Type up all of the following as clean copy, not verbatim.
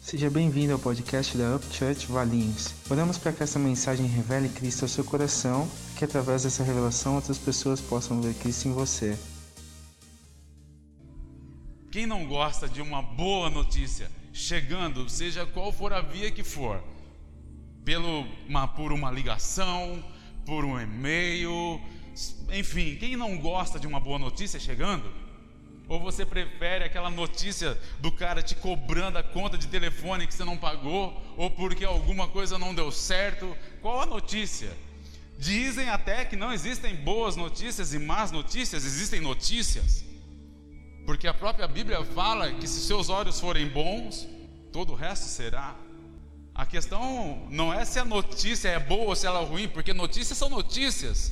Seja bem-vindo ao podcast da Up Church Valinhos. Oramos para que essa mensagem revele Cristo ao seu coração e que através dessa revelação outras pessoas possam ver Cristo em você. Quem não gosta de uma boa notícia chegando, seja qual for a via que for, por uma ligação, por um e-mail, enfim, quem não gosta de uma boa notícia chegando? Ou você prefere aquela notícia do cara te cobrando a conta de telefone que você não pagou, ou porque alguma coisa não deu certo? Qual a notícia? Dizem até que não existem boas notícias e más notícias, existem notícias. Porque a própria Bíblia fala que se seus olhos forem bons, todo o resto será. A questão não é se a notícia é boa ou se ela é ruim, porque notícias são notícias.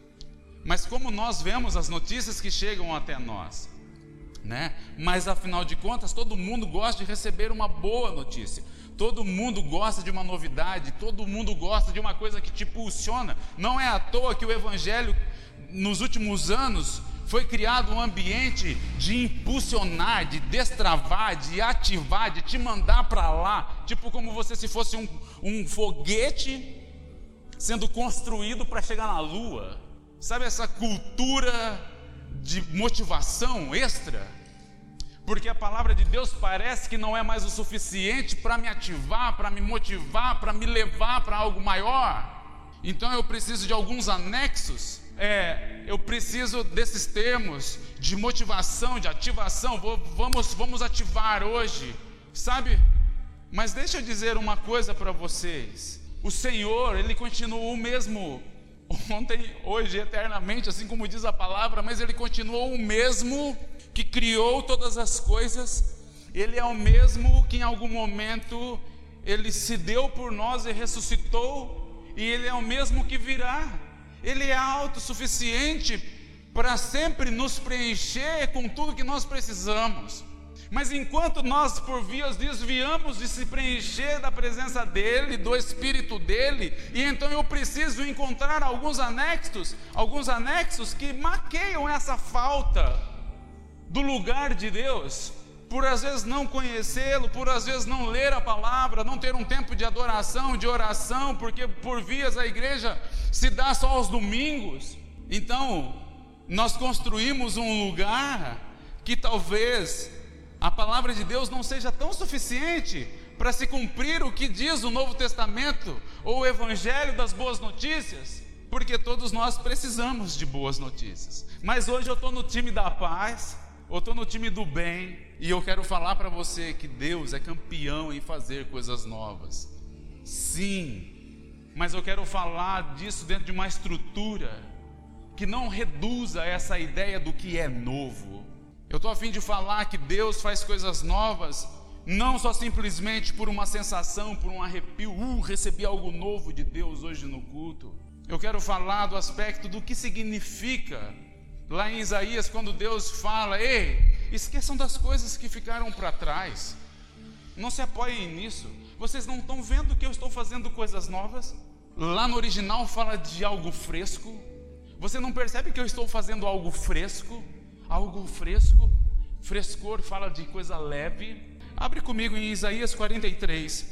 Mas como nós vemos as notícias que chegam até nós, né? Mas afinal de contas, todo mundo gosta de receber uma boa notícia. Todo mundo gosta de uma novidade, todo mundo gosta de uma coisa que te impulsiona. Não é à toa que o Evangelho, nos últimos anos, foi criado um ambiente de impulsionar, de destravar, de ativar, de te mandar para lá, tipo como você se fosse um foguete sendo construído para chegar na Lua. Sabe essa cultura de motivação extra? Porque a palavra de Deus parece que não é mais o suficiente para me ativar, para me motivar, para me levar para algo maior. Então eu preciso de alguns anexos. Eu preciso desses termos de motivação, de ativação. Vamos ativar hoje, sabe? Mas deixa eu dizer uma coisa para vocês. O Senhor, Ele continuou o mesmo ontem, hoje, eternamente, assim como diz a palavra, mas Ele continuou o mesmo que criou todas as coisas. Ele é o mesmo que em algum momento Ele se deu por nós e ressuscitou, e Ele é o mesmo que virá. Ele é autossuficiente para sempre nos preencher com tudo que nós precisamos. Mas enquanto nós por vias desviamos de se preencher da presença dEle, do Espírito dEle, e então eu preciso encontrar alguns anexos que maqueiam essa falta do lugar de Deus, por às vezes não conhecê-lo, por às vezes não ler a palavra, não ter um tempo de adoração, de oração, porque por vias a igreja se dá só aos domingos. Então nós construímos um lugar que talvez a palavra de Deus não seja tão suficiente para se cumprir o que diz o Novo Testamento ou o Evangelho das Boas Notícias, porque todos nós precisamos de boas notícias. Mas hoje eu estou no time da paz, eu estou no time do bem, e eu quero falar para você que Deus é campeão em fazer coisas novas. Sim, mas eu quero falar disso dentro de uma estrutura que não reduza essa ideia do que é novo. Eu estou a fim de falar que Deus faz coisas novas, não só simplesmente por uma sensação, por um arrepio, recebi algo novo de Deus hoje no culto. Eu quero falar do aspecto do que significa, lá em Isaías, quando Deus fala: ei, esqueçam das coisas que ficaram para trás, não se apoiem nisso, vocês não estão vendo que eu estou fazendo coisas novas? Lá no original fala de algo fresco, você não percebe que eu estou fazendo algo fresco? Algo fresco, frescor fala de coisa leve. Abre comigo em Isaías 43,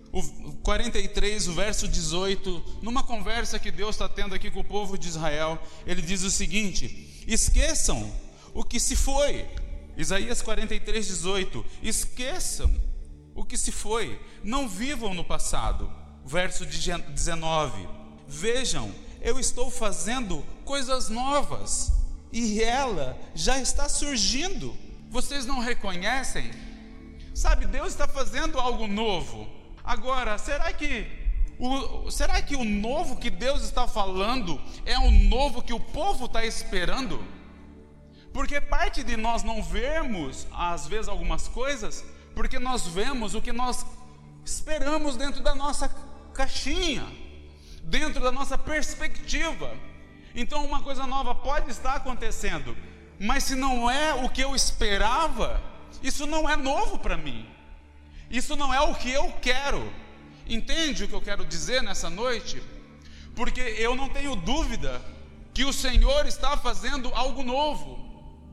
o verso 18, numa conversa que Deus está tendo aqui com o povo de Israel. Ele diz o seguinte: esqueçam o que se foi. Isaías 43, 18, esqueçam o que se foi, não vivam no passado. Verso 19, vejam, eu estou fazendo coisas novas, e ela já está surgindo. Vocês não reconhecem? Sabe, Deus está fazendo algo novo. Agora, será que o novo que Deus está falando é o novo que o povo está esperando? Porque parte de nós não vermos, às vezes, algumas coisas, porque nós vemos o que nós esperamos dentro da nossa caixinha, dentro da nossa perspectiva. Então uma coisa nova pode estar acontecendo, mas se não é o que eu esperava, isso não é novo para mim, isso não é o que eu quero. Entende o que eu quero dizer nessa noite? Porque eu não tenho dúvida que o Senhor está fazendo algo novo.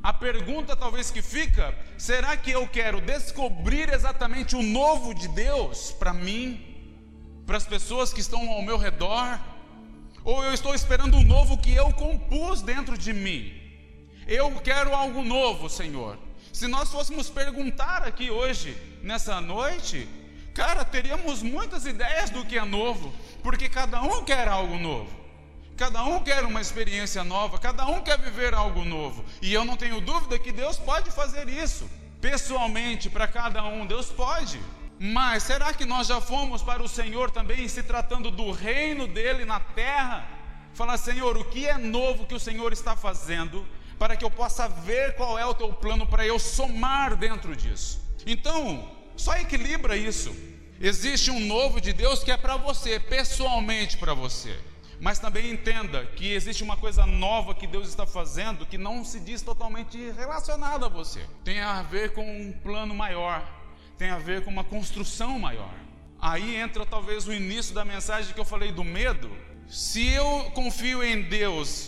A pergunta talvez que fica: será que eu quero descobrir exatamente o novo de Deus para mim, para as pessoas que estão ao meu redor? Ou eu estou esperando o novo que eu compus dentro de mim? Eu quero algo novo, Senhor. Se nós fôssemos perguntar aqui hoje, nessa noite, cara, teríamos muitas ideias do que é novo, porque cada um quer algo novo. Cada um quer uma experiência nova, cada um quer viver algo novo. E eu não tenho dúvida que Deus pode fazer isso. Pessoalmente, para cada um, Deus pode. Mas será que nós já fomos para o Senhor também, se tratando do reino dele na terra? Falar: Senhor, o que é novo que o Senhor está fazendo, para que eu possa ver qual é o teu plano, para eu somar dentro disso. Então, só equilibra isso. Existe um novo de Deus que é para você, pessoalmente para você. Mas também entenda que existe uma coisa nova que Deus está fazendo que não se diz totalmente relacionada a você. Tem a ver com um plano maior, tem a ver com uma construção maior. Aí entra talvez o início da mensagem que eu falei do medo. Se eu confio em Deus,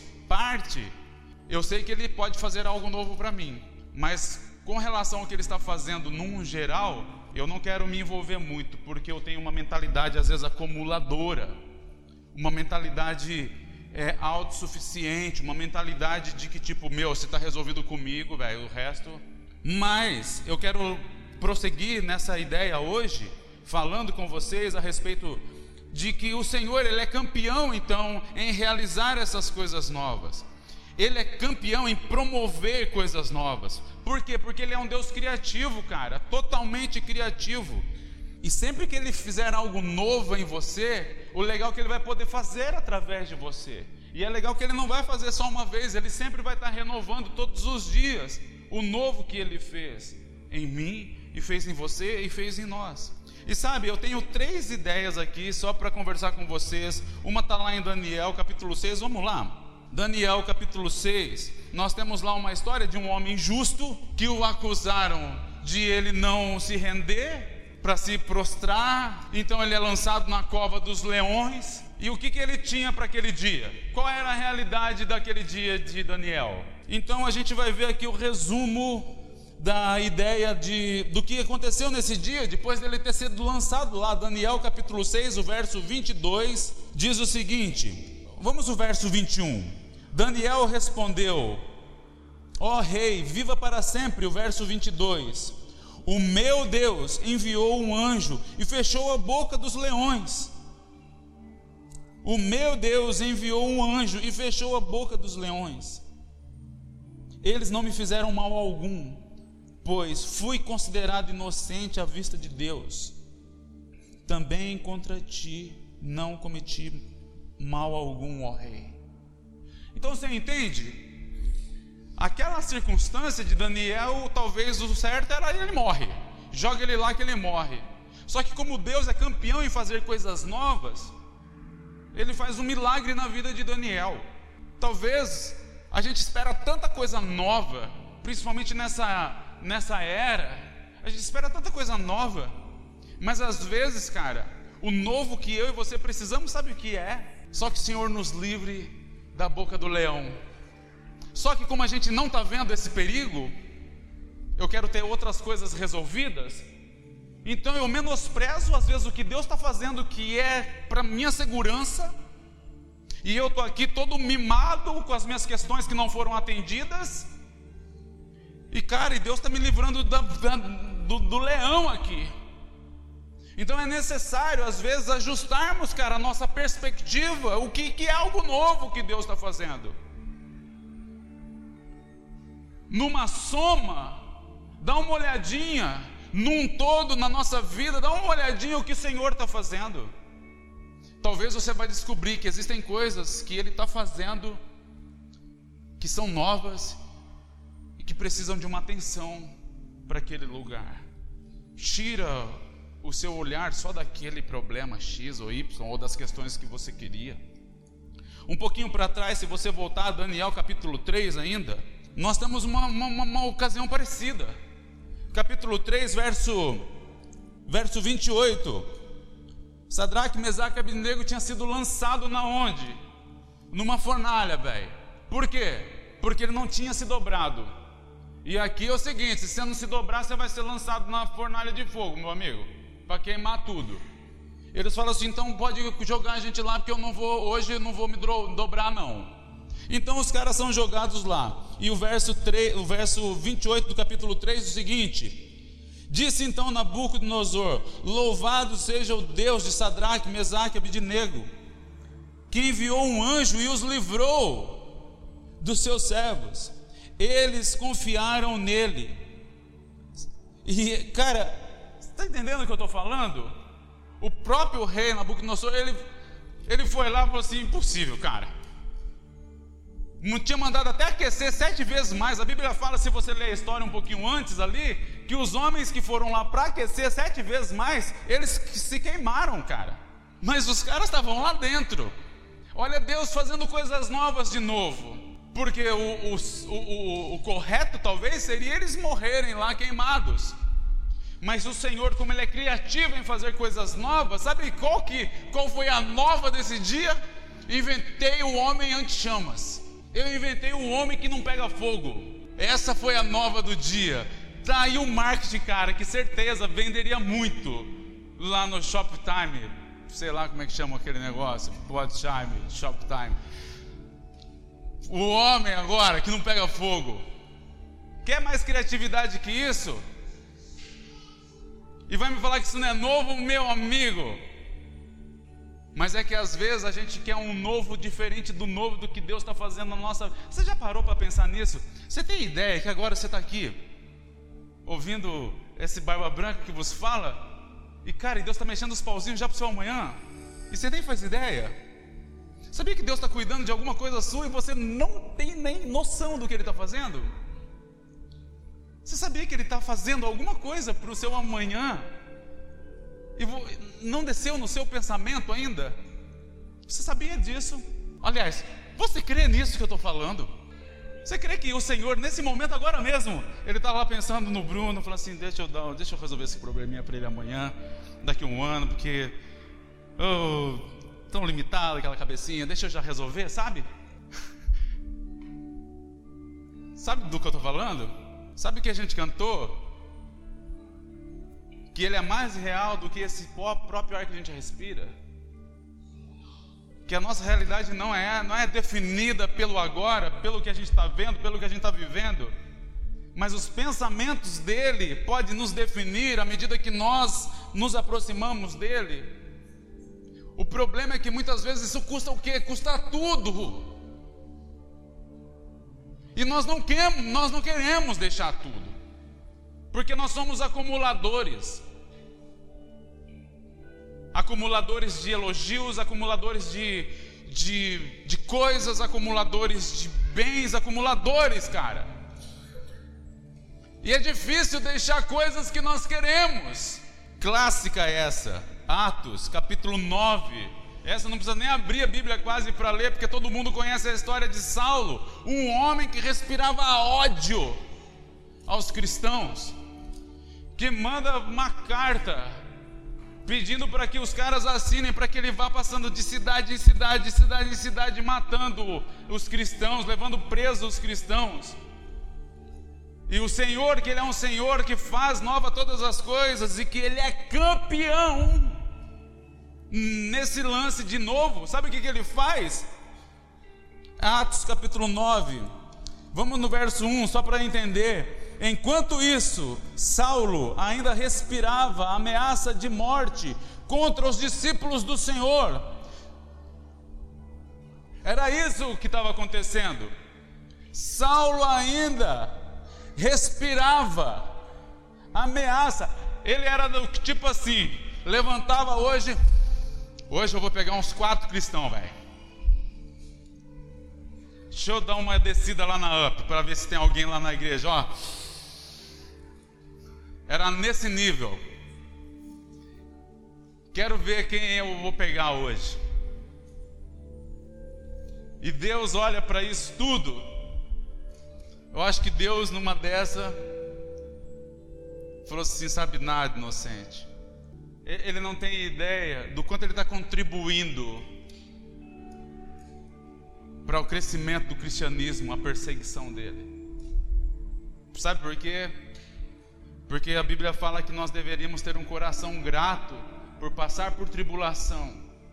eu sei que Ele pode fazer algo novo para mim. Mas com relação ao que Ele está fazendo num geral, eu não quero me envolver muito, porque eu tenho uma mentalidade às vezes acumuladora. Uma mentalidade autossuficiente, uma mentalidade de que tipo, você está resolvido comigo, velho, o resto. Mas eu quero prosseguir nessa ideia hoje, falando com vocês a respeito de que o Senhor, Ele é campeão então em realizar essas coisas novas. Ele é campeão em promover coisas novas. Por quê? Porque Ele é um Deus criativo, cara, totalmente criativo. E sempre que Ele fizer algo novo em você, o legal é que Ele vai poder fazer através de você. E é legal que Ele não vai fazer só uma vez, Ele sempre vai estar renovando todos os dias o novo que Ele fez em mim, e fez em você, e fez em nós. E sabe, eu tenho 3 ideias aqui só para conversar com vocês. Uma está lá em Daniel capítulo 6, vamos lá. Daniel capítulo 6, nós temos lá uma história de um homem justo, que o acusaram de ele não se render, para se prostrar. Então ele é lançado na cova dos leões. E o que ele tinha para aquele dia? Qual era a realidade daquele dia de Daniel? Então a gente vai ver aqui o resumo da ideia do que aconteceu nesse dia, depois dele ter sido lançado lá. Daniel capítulo 6, o verso 22, diz o seguinte, vamos ao verso 21. Daniel respondeu: ó rei, viva para sempre. O verso 22, o meu Deus enviou um anjo e fechou a boca dos leões. O meu Deus enviou um anjo e fechou a boca dos leões. Eles não me fizeram mal algum, pois fui considerado inocente à vista de Deus. Também contra ti não cometi mal algum, ó rei. Então você entende? Aquela circunstância de Daniel, talvez o certo era ele morre, joga ele lá que ele morre. Só que como Deus é campeão em fazer coisas novas, Ele faz um milagre na vida de Daniel. Talvez a gente espera tanta coisa nova, principalmente nessa era, a gente espera tanta coisa nova, mas às vezes, cara, o novo que eu e você precisamos, sabe o que é? Só que o Senhor nos livre da boca do leão. Só que como a gente não está vendo esse perigo, eu quero ter outras coisas resolvidas, então eu menosprezo às vezes o que Deus está fazendo, que é para minha segurança, e eu estou aqui todo mimado com as minhas questões que não foram atendidas, e cara, e Deus está me livrando do leão aqui. Então é necessário às vezes ajustarmos, cara, a nossa perspectiva, o que é algo novo que Deus está fazendo. Numa soma, dá uma olhadinha, num todo na nossa vida, dá uma olhadinha o que o Senhor está fazendo. Talvez você vai descobrir que existem coisas que Ele está fazendo, que são novas, e que precisam de uma atenção para aquele lugar. Tira o seu olhar só daquele problema X ou Y, ou das questões que você queria. Um pouquinho para trás, se você voltar a Daniel capítulo 3 ainda, nós temos uma ocasião parecida. Capítulo 3, verso 28. Sadraque, Mesaque e Abednego tinha sido lançado na onde? Numa fornalha, velho. Por quê? Porque ele não tinha se dobrado. E aqui é o seguinte: se você não se dobrar, você vai ser lançado na fornalha de fogo, meu amigo, para queimar tudo. Eles falam assim: então pode jogar a gente lá, porque hoje eu não vou me dobrar não. Então os caras são jogados lá. E o verso 28 do capítulo 3 é o seguinte: disse então Nabucodonosor: louvado seja o Deus de Sadraque, Mesaque e Abednego, que enviou um anjo e os livrou dos seus servos. Eles confiaram nele. E cara, você está entendendo o que eu estou falando? O próprio rei Nabucodonosor, ele foi lá e falou assim: impossível, cara. Não tinha mandado até aquecer 7 vezes mais. A Bíblia fala, se você ler a história um pouquinho antes ali, que os homens que foram lá para aquecer 7 vezes mais, eles se queimaram, cara. Mas os caras estavam lá dentro. Olha Deus fazendo coisas novas de novo. Porque o correto talvez seria eles morrerem lá queimados. Mas o Senhor, como Ele é criativo em fazer coisas novas, sabe qual foi a nova desse dia? Inventei o homem anti-chamas. Eu inventei o homem que não pega fogo. Essa foi a nova do dia. Tá aí o marketing, cara, que certeza venderia muito lá no Shoptime. Sei lá como é que chama aquele negócio. Shoptime. O homem agora que não pega fogo. Quer mais criatividade que isso? E vai me falar que isso não é novo, meu amigo? Mas é que às vezes a gente quer um novo diferente do novo do que Deus está fazendo na nossa vida. Você já parou para pensar nisso? Você tem ideia que agora você está aqui ouvindo esse barba branca que vos fala? E cara, Deus está mexendo os pauzinhos já para o seu amanhã? E você nem faz ideia? Sabia que Deus está cuidando de alguma coisa sua e você não tem nem noção do que Ele está fazendo? Você sabia que Ele está fazendo alguma coisa para o seu amanhã e não desceu no seu pensamento ainda? Você sabia disso? Aliás, você crê nisso que eu estou falando? Você crê que o Senhor, nesse momento, agora mesmo, Ele está lá pensando no Bruno, falando assim: deixa eu resolver esse probleminha para ele amanhã, daqui a um ano, porque tão limitado aquela cabecinha, deixa eu já resolver, sabe? Sabe do que eu estou falando? Sabe o que a gente cantou? Que Ele é mais real do que esse próprio ar que a gente respira. Que a nossa realidade não é definida pelo agora, pelo que a gente está vendo, pelo que a gente está vivendo. Mas os pensamentos dEle podem nos definir à medida que nós nos aproximamos dEle. O problema é que muitas vezes isso custa o quê? Custa tudo. E nós não queremos deixar tudo, porque nós somos acumuladores. Acumuladores de elogios, acumuladores de coisas, acumuladores de bens, acumuladores, cara. E é difícil deixar coisas que nós queremos. Clássica essa, Atos, capítulo 9. Essa não precisa nem abrir a Bíblia quase para ler, porque todo mundo conhece a história de Saulo, um homem que respirava ódio aos cristãos, que manda uma carta pedindo para que os caras assinem, para que ele vá passando de cidade em cidade, de cidade em cidade, matando os cristãos, levando presos os cristãos. E o Senhor, que Ele é um Senhor que faz nova todas as coisas, e que Ele é campeão nesse lance de novo. Sabe o que Ele faz? Atos capítulo 9, vamos no verso 1, só para entender. Enquanto isso, Saulo ainda respirava ameaça de morte contra os discípulos do Senhor. Era isso que estava acontecendo. Saulo ainda respirava ameaça. Ele era do tipo assim: levantava hoje eu vou pegar uns 4 cristãos, velho. Deixa eu dar uma descida lá na UP para ver se tem alguém lá na igreja, ó. Era nesse nível. Quero ver quem eu vou pegar hoje. E Deus olha para isso tudo. Eu acho que Deus, numa dessa, falou assim: sabe nada, inocente. Ele não tem ideia do quanto ele está contribuindo para o crescimento do cristianismo, a perseguição dele. Sabe por quê? Porque a Bíblia fala que nós deveríamos ter um coração grato por passar por tribulação.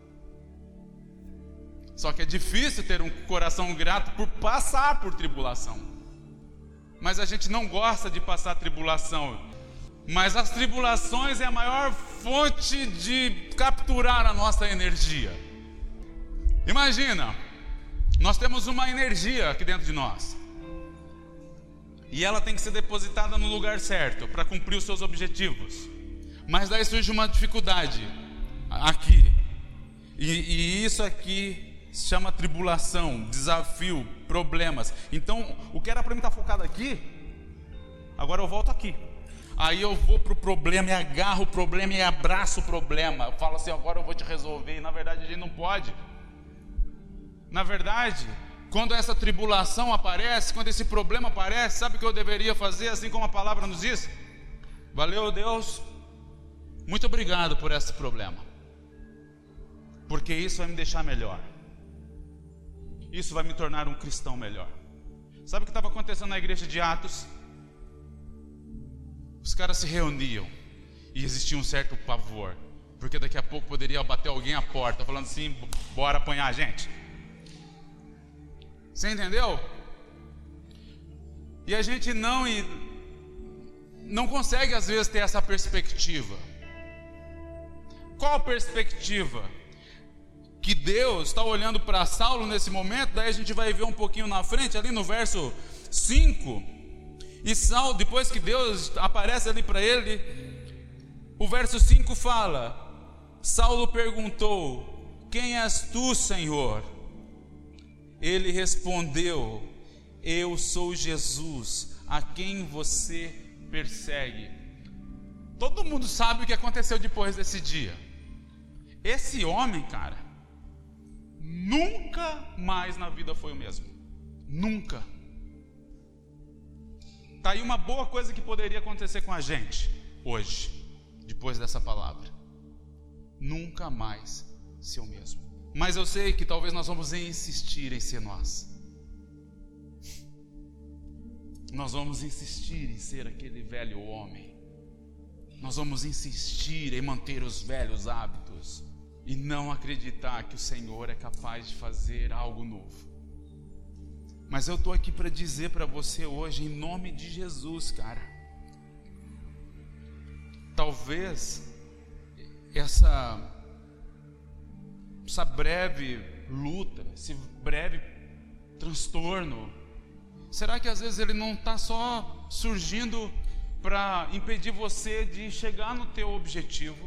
Só que é difícil ter um coração grato por passar por tribulação. Mas a gente não gosta de passar tribulação. Mas as tribulações é a maior fonte de capturar a nossa energia. Imagina, nós temos uma energia aqui dentro de nós. E ela tem que ser depositada no lugar certo para cumprir os seus objetivos. Mas daí surge uma dificuldade aqui. E isso aqui se chama tribulação, desafio, problemas. Então, o que era para mim estar focado aqui, agora eu volto aqui. Aí eu vou para o problema e agarro o problema e abraço o problema. Eu falo assim, agora eu vou te resolver. E na verdade a gente não pode. Na verdade, quando essa tribulação aparece, quando esse problema aparece, sabe o que eu deveria fazer, assim como a palavra nos diz? Valeu, Deus, muito obrigado por esse problema, porque isso vai me deixar melhor, isso vai me tornar um cristão melhor. Sabe o que estava acontecendo na igreja de Atos? Os caras se reuniam e existia um certo pavor, porque daqui a pouco poderia bater alguém à porta, falando assim, bora apanhar a gente. Você entendeu? E a gente não consegue às vezes ter essa perspectiva. Qual a perspectiva? Que Deus está olhando para Saulo nesse momento. Daí a gente vai ver um pouquinho na frente, ali no verso 5. E Saulo, depois que Deus aparece ali para ele, o verso 5 fala: Saulo perguntou, quem és tu, Senhor? Ele respondeu, eu sou Jesus, a quem você persegue. Todo mundo sabe o que aconteceu depois desse dia. Esse homem, cara, nunca mais na vida foi o mesmo. Nunca. Tá aí uma boa coisa que poderia acontecer com a gente hoje, depois dessa palavra. Nunca mais ser o mesmo. Mas eu sei que talvez nós vamos insistir em ser nós. Nós vamos insistir em ser aquele velho homem. Nós vamos insistir em manter os velhos hábitos e não acreditar que o Senhor é capaz de fazer algo novo. Mas eu estou aqui para dizer para você hoje, em nome de Jesus, cara, talvez essa breve luta, esse breve transtorno, será que às vezes ele não está só surgindo para impedir você de chegar no teu objetivo,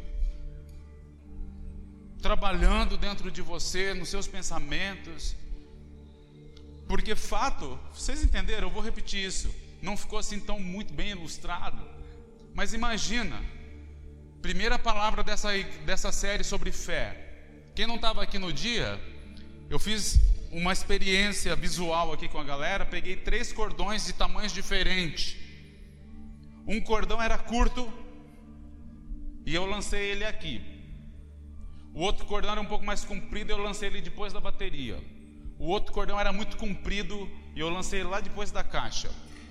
trabalhando dentro de você, nos seus pensamentos? Porque fato, vocês entenderam, eu vou repetir isso, não ficou assim tão muito bem ilustrado, mas imagina, primeira palavra dessa série sobre fé. Quem não estava aqui no dia, eu fiz uma experiência visual aqui com a galera, peguei 3 cordões de tamanhos diferentes. Um cordão era curto e eu lancei ele aqui. O outro cordão era um pouco mais comprido e eu lancei ele depois da bateria. O outro cordão era muito comprido e eu lancei ele lá depois da caixa.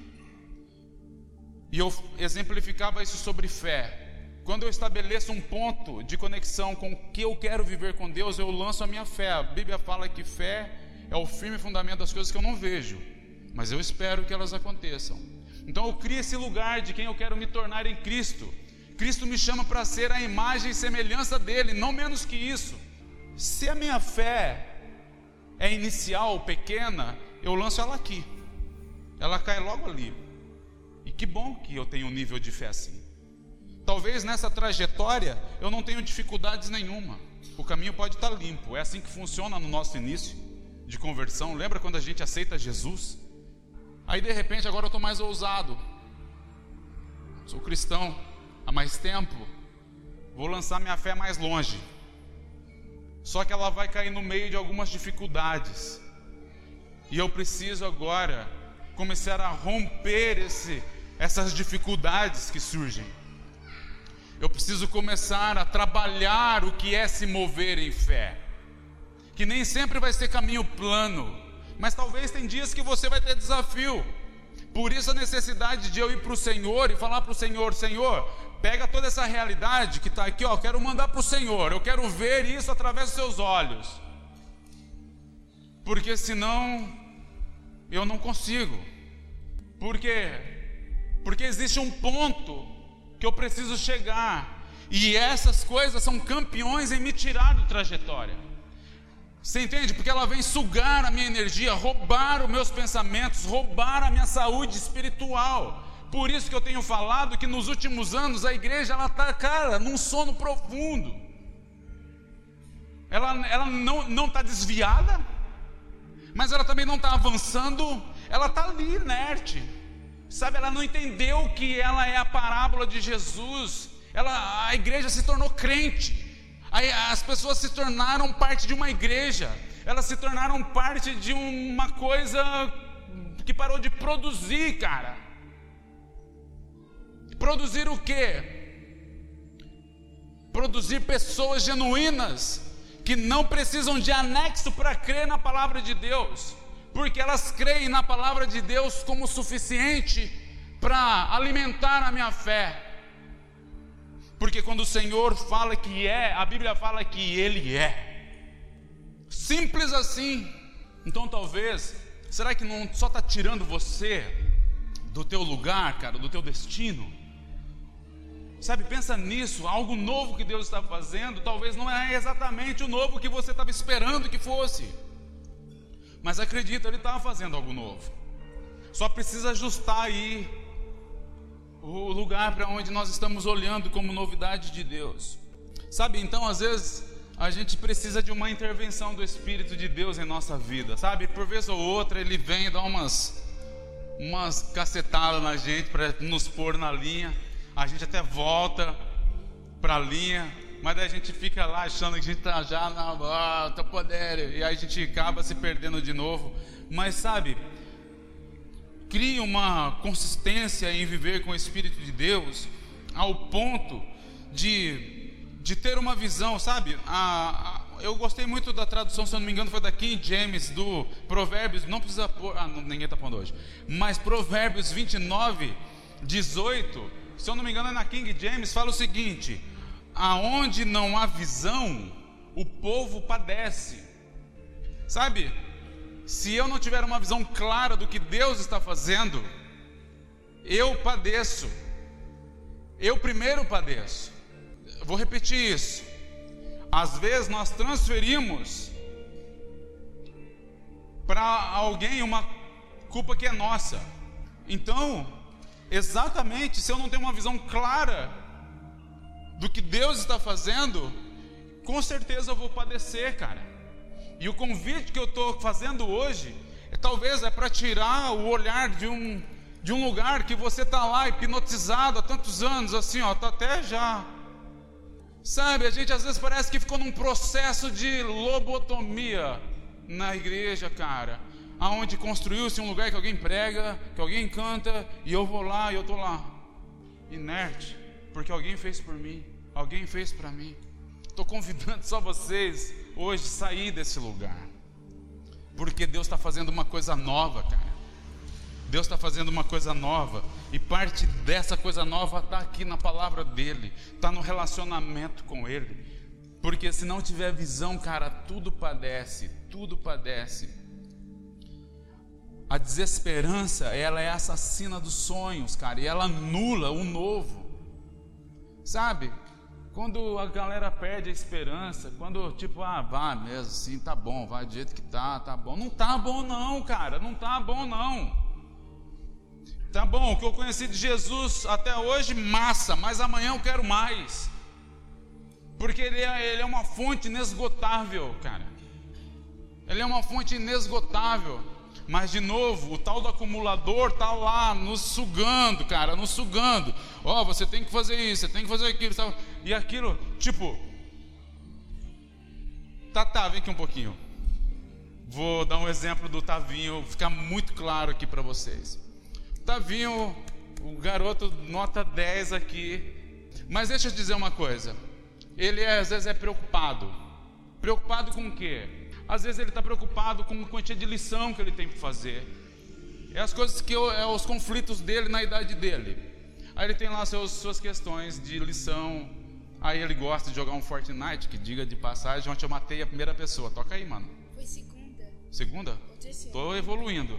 E eu exemplificava isso sobre fé. Quando eu estabeleço um ponto de conexão com o que eu quero viver com Deus, eu lanço a minha fé. A Bíblia fala que fé é o firme fundamento das coisas que eu não vejo, mas eu espero que elas aconteçam. Então eu crio esse lugar de quem eu quero me tornar em Cristo. Cristo me chama para ser a imagem e semelhança dele, não menos que isso. Se a minha fé é inicial, pequena, eu lanço ela aqui. Ela cai logo ali. E que bom que eu tenho um nível de fé assim. Talvez nessa trajetória eu não tenha dificuldades nenhuma. O caminho pode estar limpo. É assim que funciona no nosso início de conversão. Lembra quando a gente aceita Jesus? Aí de repente agora eu estou mais ousado. Sou cristão há mais tempo. Vou lançar minha fé mais longe. Só que ela vai cair no meio de algumas dificuldades. E eu preciso agora começar a romper essas dificuldades que surgem. Eu preciso começar a trabalhar o que é se mover em fé. Que nem sempre vai ser caminho plano, mas talvez tem dias que você vai ter desafio. Por isso a necessidade de eu ir para o Senhor e falar para o Senhor: Senhor, pega toda essa realidade que está aqui, ó, eu quero mandar para o Senhor, eu quero ver isso através dos seus olhos, porque senão eu não consigo. Por quê? Porque existe um ponto que eu preciso chegar, e essas coisas são campeões em me tirar do trajetória. Você entende? Porque ela vem sugar a minha energia, roubar os meus pensamentos, roubar a minha saúde espiritual. Por isso que eu tenho falado que nos últimos anos a igreja, ela está, cara, num sono profundo. Ela não está desviada, mas ela também não está avançando, ela está ali inerte. Sabe, ela não entendeu que ela é a parábola de Jesus. A igreja se tornou crente. As pessoas se tornaram parte de uma igreja. Elas se tornaram parte de uma coisa que parou de produzir, cara. Produzir o quê? Produzir pessoas genuínas, que não precisam de anexo para crer na palavra de Deus, porque elas creem na palavra de Deus como suficiente para alimentar a minha fé. Porque quando o Senhor fala que é, a Bíblia fala que Ele é. Simples assim. Então talvez, será que não só está tirando você do teu lugar, cara, do teu destino? Sabe, pensa nisso, algo novo que Deus está fazendo, talvez não é exatamente o novo que você estava esperando que fosse. Mas acredita, Ele estava fazendo algo novo. Só precisa ajustar aí o lugar para onde nós estamos olhando como novidade de Deus. Sabe, então às vezes a gente precisa de uma intervenção do Espírito de Deus em nossa vida. Sabe, por vez ou outra Ele vem dar umas cacetadas na gente para nos pôr na linha. A gente até volta para a linha, mas daí a gente fica lá achando que a gente está já na poder, e aí a gente acaba se perdendo de novo. Mas sabe, crie uma consistência em viver com o Espírito de Deus, ao ponto de ter uma visão, sabe? Eu gostei muito da tradução, se eu não me engano foi da King James, do Provérbios, não precisa pôr, ninguém está pondo hoje, mas Provérbios 29, 18, se eu não me engano é na King James, fala o seguinte: aonde não há visão, o povo padece. Sabe, se eu não tiver uma visão clara do que Deus está fazendo, eu padeço. Eu primeiro padeço. Vou repetir isso. Às vezes nós transferimos para alguém uma culpa que é nossa. Então, exatamente, se eu não tenho uma visão clara do que Deus está fazendo, com certeza eu vou padecer, cara. E o convite que eu estou fazendo hoje talvez é para tirar o olhar de um lugar que você está lá hipnotizado há tantos anos, assim, ó, tá até já. Sabe, a gente às vezes parece que ficou num processo de lobotomia na igreja, cara, aonde construiu-se um lugar que alguém prega, que alguém canta, e eu vou lá e eu estou lá, inerte, porque alguém fez por mim, alguém fez para mim. Estou convidando só vocês hoje a sair desse lugar, porque Deus está fazendo uma coisa nova, cara. Deus está fazendo uma coisa nova, e parte dessa coisa nova está aqui na palavra dEle, está no relacionamento com Ele. Porque se não tiver visão, cara, tudo padece, tudo padece. A desesperança, ela é assassina dos sonhos, cara, e ela anula o novo. Sabe, quando a galera perde a esperança, quando tipo, vai mesmo, assim, tá bom, vai do jeito que tá bom. Não tá bom não, cara, não tá bom não. Tá bom, o que eu conheci de Jesus até hoje, massa, mas amanhã eu quero mais. Porque ele é uma fonte inesgotável, cara. Ele é uma fonte inesgotável. Mas de novo, o tal do acumulador está lá nos sugando, cara, nos sugando. Você tem que fazer isso, você tem que fazer aquilo, sabe? E aquilo, tipo, vem aqui um pouquinho. Vou dar um exemplo do Tavinho, ficar muito claro aqui para vocês. Tavinho, o garoto nota 10 aqui. Mas deixa eu dizer uma coisa. Ele às vezes é preocupado. Preocupado com o quê? Às vezes ele está preocupado com a quantia de lição que ele tem para fazer. É as coisas que é os conflitos dele na idade dele. Aí ele tem lá suas questões de lição. Aí ele gosta de jogar um Fortnite, que diga de passagem, ontem eu matei a primeira pessoa. Toca aí, mano. Foi segunda. Segunda? Ou terceira. Estou evoluindo.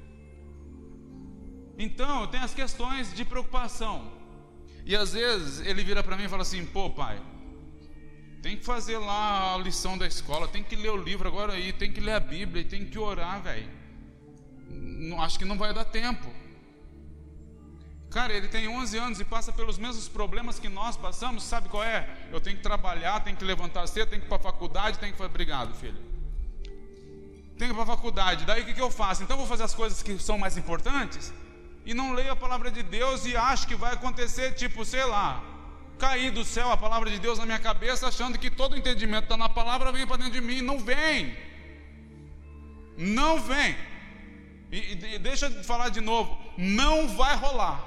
Então, tem as questões de preocupação. E às vezes ele vira para mim e fala assim: pô, pai, tem que fazer lá a lição da escola, tem que ler o livro agora aí, tem que ler a Bíblia, tem que orar, velho. Acho que não vai dar tempo. Cara, ele tem 11 anos e passa pelos mesmos problemas que nós passamos. Sabe qual é? Eu tenho que trabalhar, tenho que levantar cedo, tenho que ir para a faculdade, tenho que fazer... Obrigado, filho. Tenho que ir para a faculdade. Daí o que eu faço? Então eu vou fazer as coisas que são mais importantes e não leio a palavra de Deus e acho que vai acontecer, tipo, sei lá, cair do céu a palavra de Deus na minha cabeça, achando que todo o entendimento está na palavra, vem para dentro de mim. Não vem. Não vem. E deixa eu falar de novo, não vai rolar.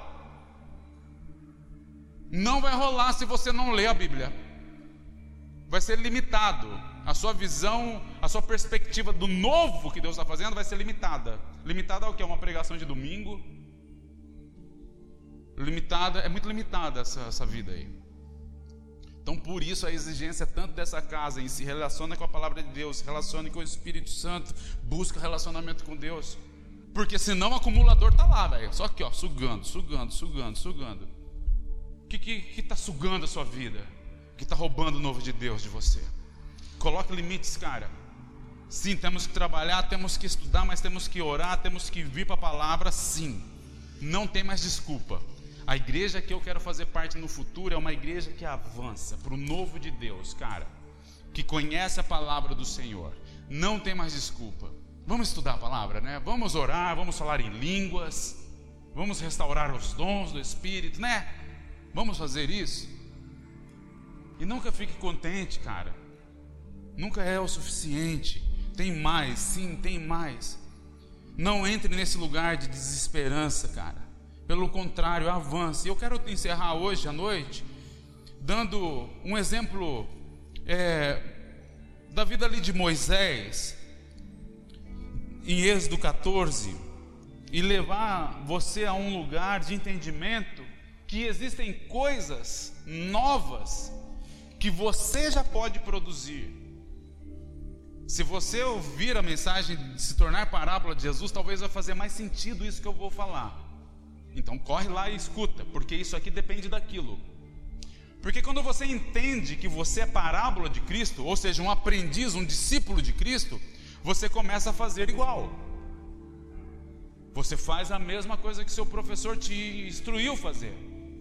Não vai rolar se você não ler a Bíblia. Vai ser limitado. A sua visão, a sua perspectiva do novo que Deus está fazendo vai ser limitada. Limitada ao que? É uma pregação de domingo. Limitada, é muito limitada essa vida aí. Então por isso a exigência tanto dessa casa em se relaciona com a palavra de Deus, se relaciona com o Espírito Santo, busca relacionamento com Deus. Porque senão o acumulador está lá, velho. Só aqui, ó, sugando. O que está sugando a sua vida? O que está roubando o novo de Deus de você? Coloque limites, cara. Sim, temos que trabalhar, temos que estudar, mas temos que orar, temos que vir para a palavra, sim. Não tem mais desculpa. A igreja que eu quero fazer parte no futuro é uma igreja que avança para o novo de Deus, cara. Que conhece a palavra do Senhor. Não tem mais desculpa. Vamos estudar a palavra, né? Vamos orar, vamos falar em línguas, vamos restaurar os dons do Espírito, né? Vamos fazer isso. E nunca fique contente, cara. Nunca é o suficiente. Tem mais, sim, tem mais. Não entre nesse lugar de desesperança, cara. Pelo contrário, avance. Eu quero encerrar hoje à noite dando um exemplo da vida ali de Moisés, em Êxodo 14, e levar você a um lugar de entendimento que existem coisas novas que você já pode produzir. Se você ouvir a mensagem de se tornar parábola de Jesus, talvez vai fazer mais sentido isso que eu vou falar. Então corre lá e escuta, porque isso aqui depende daquilo. Porque quando você entende que você é parábola de Cristo, ou seja, um aprendiz, um discípulo de Cristo, você começa a fazer igual. Você faz a mesma coisa que seu professor te instruiu fazer.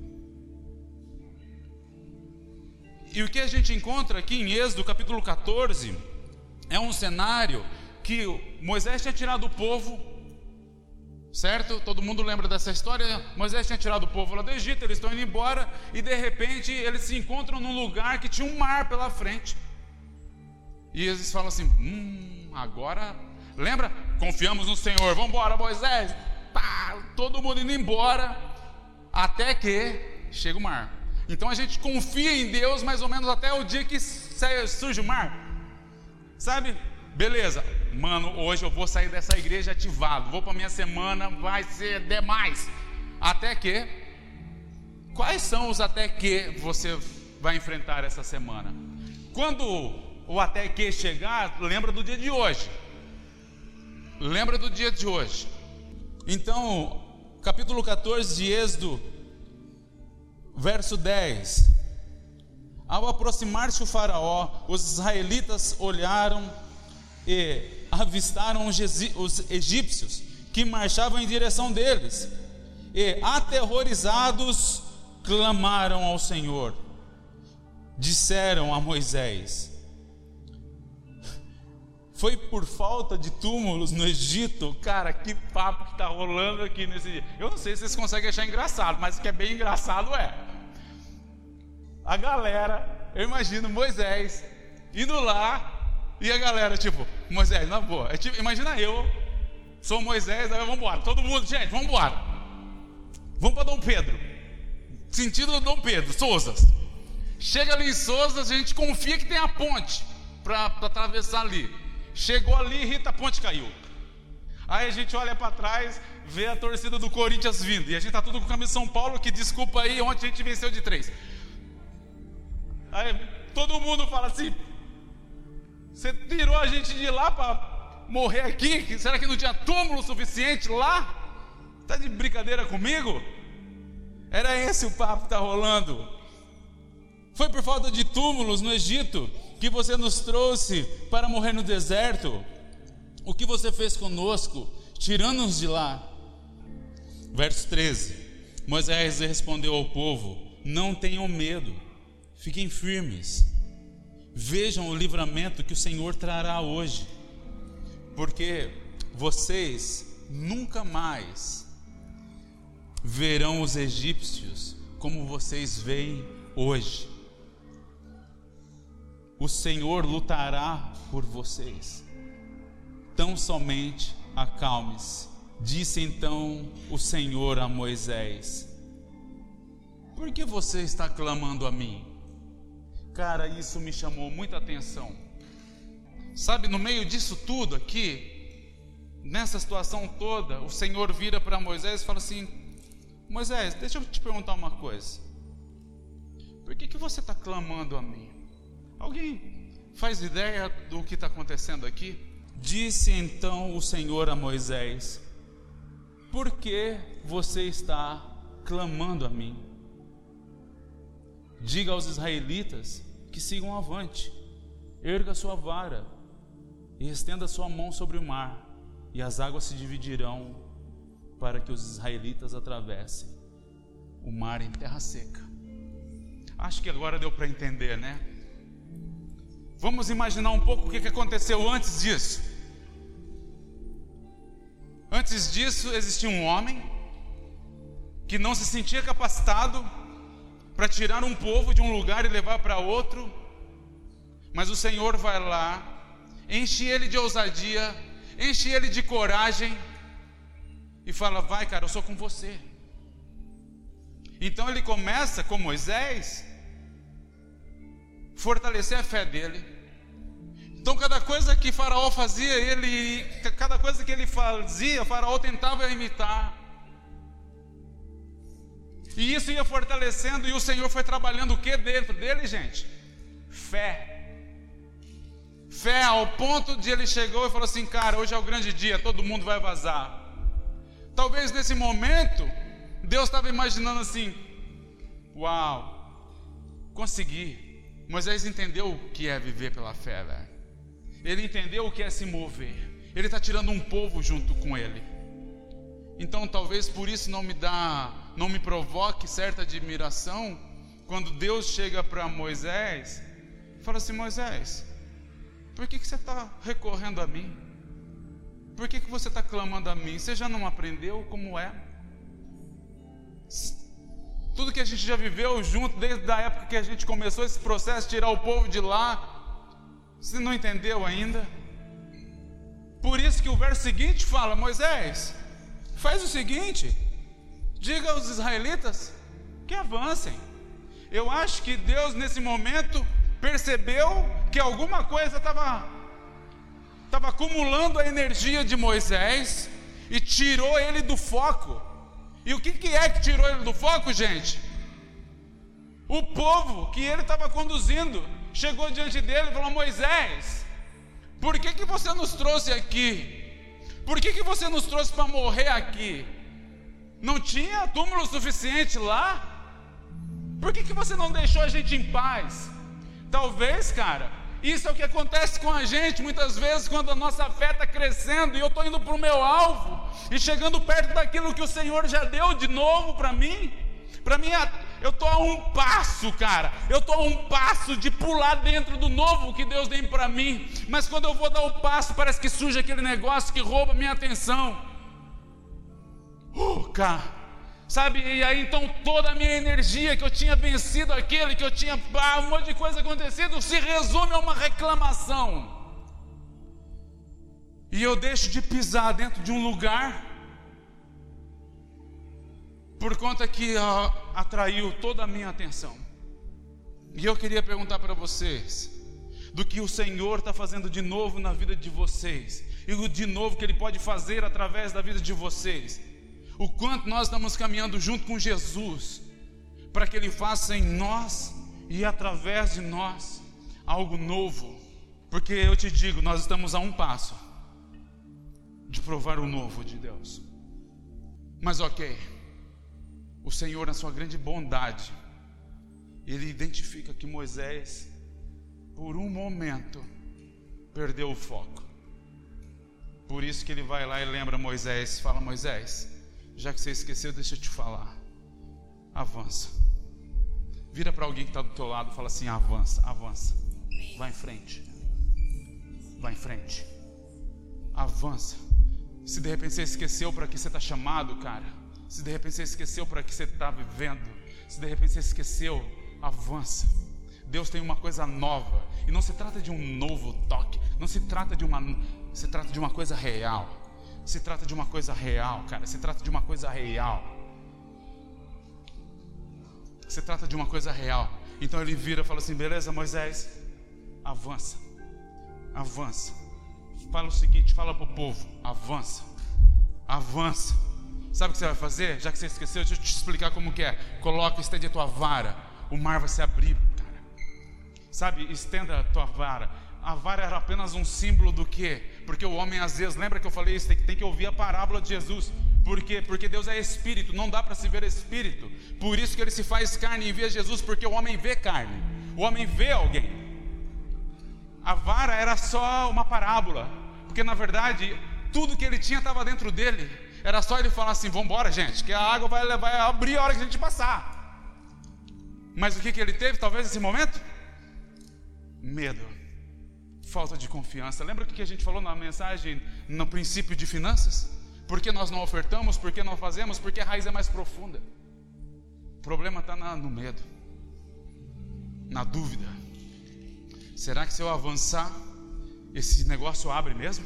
E o que a gente encontra aqui em Êxodo capítulo 14 é um cenário que Moisés tinha tirado o povo, certo? Todo mundo lembra dessa história? Moisés tinha tirado o povo lá do Egito, eles estão indo embora e de repente eles se encontram num lugar que tinha um mar pela frente. E eles falam assim: agora, lembra? Confiamos no Senhor, vamos embora, Moisés. Todo mundo indo embora, até que chega o mar. Então a gente confia em Deus mais ou menos até o dia que surge o mar, sabe? Beleza, mano, hoje eu vou sair dessa igreja ativado, vou para minha semana, vai ser demais. Até que, quais são os até que você vai enfrentar essa semana? Quando o até que chegar, lembra do dia de hoje. Lembra do dia de hoje. Então, capítulo 14 de Êxodo, verso 10. Ao aproximar-se o faraó, os israelitas olharam e avistaram os egípcios que marchavam em direção deles, e aterrorizados clamaram ao Senhor. Disseram a Moisés: foi por falta de túmulos no Egito? Cara, que papo que está rolando aqui nesse dia. Eu não sei se vocês conseguem achar engraçado, mas o que é bem engraçado é a galera, eu imagino Moisés indo lá, e a galera tipo: Moisés, na boa, tipo, imagina eu sou Moisés, aí vamos embora, todo mundo, gente, vamos embora, vamos para Dom Pedro, sentido Dom Pedro, Sousas. Chega ali em Sousas, a gente confia que tem a ponte para atravessar ali. Chegou ali, Rita, a ponte caiu. Aí a gente olha para trás, vê a torcida do Corinthians vindo, e a gente tá tudo com camisa de São Paulo, que desculpa aí, ontem a gente venceu de 3. Aí todo mundo fala assim: você tirou a gente de lá para morrer aqui? Será que não tinha túmulo suficiente lá? Tá de brincadeira comigo? Era esse o papo que tá rolando. Foi por falta de túmulos no Egito que você nos trouxe para morrer no deserto? O que você fez conosco, tirando-nos de lá? Verso 13. Moisés respondeu ao povo: não tenham medo, fiquem firmes, vejam o livramento que o Senhor trará hoje, porque vocês nunca mais verão os egípcios como vocês veem hoje. O Senhor lutará por vocês. Tão somente acalme-se. Disse então o Senhor a Moisés: por que você está clamando a mim? Cara, isso me chamou muita atenção. Sabe, no meio disso tudo aqui, nessa situação toda, o Senhor vira para Moisés e fala assim: Moisés, deixa eu te perguntar uma coisa. Por que você está clamando a mim? Alguém faz ideia do que está acontecendo aqui? Disse então o Senhor a Moisés: por que você está clamando a mim? Diga aos israelitas que sigam avante, erga sua vara e estenda sua mão sobre o mar, e as águas se dividirão para que os israelitas atravessem o mar em terra seca. Acho que agora deu para entender, né? Vamos imaginar um pouco o que aconteceu antes disso. Antes disso existia um homem que não se sentia capacitado para tirar um povo de um lugar e levar para outro, mas o Senhor vai lá, enche ele de ousadia, enche ele de coragem e fala: vai, cara, eu sou com você. Então ele começa com Moisés fortalecer a fé dele. Então cada coisa que Faraó fazia, cada coisa que ele fazia, Faraó tentava imitar. E isso ia fortalecendo, e o Senhor foi trabalhando o que dentro dele, gente? Fé. Fé ao ponto de ele chegou e falou assim: cara, hoje é o grande dia, todo mundo vai vazar. Talvez nesse momento Deus estava imaginando assim: uau, consegui. Moisés entendeu o que é viver pela fé, velho. Ele entendeu o que é se mover. Ele está tirando um povo junto com ele. Então talvez por isso não me provoque certa admiração quando Deus chega para Moisés e fala assim: Moisés, por que você está recorrendo a mim? Por que você está clamando a mim? Você já não aprendeu como é? Tudo que a gente já viveu junto, desde a época que a gente começou esse processo, tirar o povo de lá, você não entendeu ainda? Por isso que o verso seguinte fala: Moisés, faz o seguinte, diga aos israelitas que avancem. Eu acho que Deus nesse momento percebeu que alguma coisa estava acumulando a energia de Moisés e tirou ele do foco. E o que é que tirou ele do foco, gente? O povo que ele estava conduzindo chegou diante dele e falou: Moisés, por que você nos trouxe aqui? Por que você nos trouxe para morrer aqui? Não tinha túmulo suficiente lá? Por que você não deixou a gente em paz? Talvez, cara, isso é o que acontece com a gente muitas vezes quando a nossa fé está crescendo e eu estou indo para o meu alvo e chegando perto daquilo que o Senhor já deu de novo para mim. Eu estou a um passo, cara. Eu estou a um passo de pular dentro do novo que Deus tem para mim. Mas quando eu vou dar o passo, parece que surge aquele negócio que rouba a minha atenção. Cara, sabe? E aí então toda a minha energia que eu tinha vencido aquele, que eu tinha um monte de coisa acontecido, se resume a uma reclamação. E eu deixo de pisar dentro de um lugar por conta que atraiu toda a minha atenção. E eu queria perguntar para vocês: do que o Senhor está fazendo de novo na vida de vocês, e o de novo que Ele pode fazer através da vida de vocês. O quanto nós estamos caminhando junto com Jesus, para que Ele faça em nós e através de nós algo novo. Porque eu te digo, nós estamos a um passo de provar o novo de Deus. Mas ok, o Senhor, na sua grande bondade, Ele identifica que Moisés, por um momento, perdeu o foco. Por isso que Ele vai lá e lembra Moisés, fala: Moisés, já que você esqueceu, deixa eu te falar, avança. Vira para alguém que está do teu lado e fala assim: avança, avança, vai em frente, vai em frente, avança. Se de repente você esqueceu para que você está chamado, cara, se de repente você esqueceu para que você está vivendo, se de repente você esqueceu, avança. Deus tem uma coisa nova, e não se trata de um novo toque, não se trata de se trata de uma coisa real. Se trata de uma coisa real, cara, se trata de uma coisa real. Se trata de uma coisa real. Então Ele vira e fala assim: beleza, Moisés, avança, avança. Fala o seguinte, fala para o povo: avança, avança. Sabe o que você vai fazer? Já que você esqueceu, deixa eu te explicar como que é. Coloca, estende a tua vara, o mar vai se abrir, cara. Sabe, estenda a tua vara. A vara era apenas um símbolo do quê? Porque o homem às vezes, lembra que eu falei isso, tem que ouvir a parábola de Jesus. Por quê? Porque Deus é espírito, não dá para se ver espírito. Por isso que Ele se faz carne e envia Jesus, porque o homem vê carne, o homem vê alguém. A vara era só uma parábola, porque na verdade tudo que ele tinha estava dentro dele. Era só ele falar assim: vamos embora, gente, que a água vai abrir a hora que a gente passar. Mas o que ele teve talvez nesse momento? Medo, falta de confiança. Lembra o que a gente falou na mensagem no princípio de finanças? Por que nós não ofertamos? Por que não fazemos? Porque a raiz é mais profunda. O problema está no medo, na dúvida. Será que se eu avançar, esse negócio abre mesmo?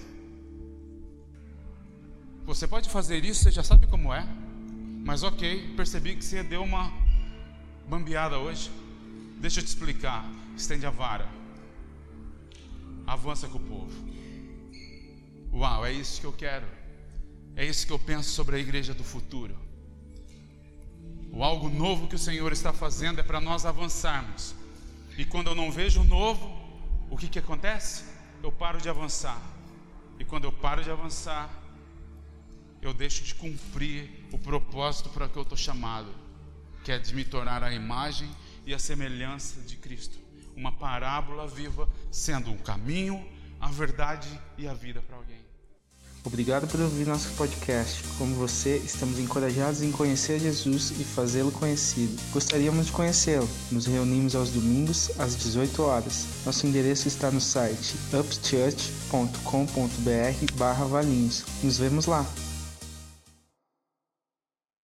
Você pode fazer isso, você já sabe como é. Mas ok, percebi que você deu uma bambeada hoje. Deixa eu te explicar. Estende a vara, avança com o povo. Uau, é isso que eu quero. É isso que eu penso sobre a igreja do futuro. O algo novo que o Senhor está fazendo é para nós avançarmos. E quando eu não vejo o novo, o que acontece? Eu paro de avançar. E quando eu paro de avançar, eu deixo de cumprir o propósito para que eu estou chamado, que é de me tornar a imagem e a semelhança de Cristo. Uma parábola viva, sendo um caminho, a verdade e a vida para alguém. Obrigado por ouvir nosso podcast. Como você, estamos encorajados em conhecer Jesus e fazê-lo conhecido. Gostaríamos de conhecê-lo. Nos reunimos aos domingos, às 18 horas. Nosso endereço está no site upschurch.com.br/valinhos. Nos vemos lá.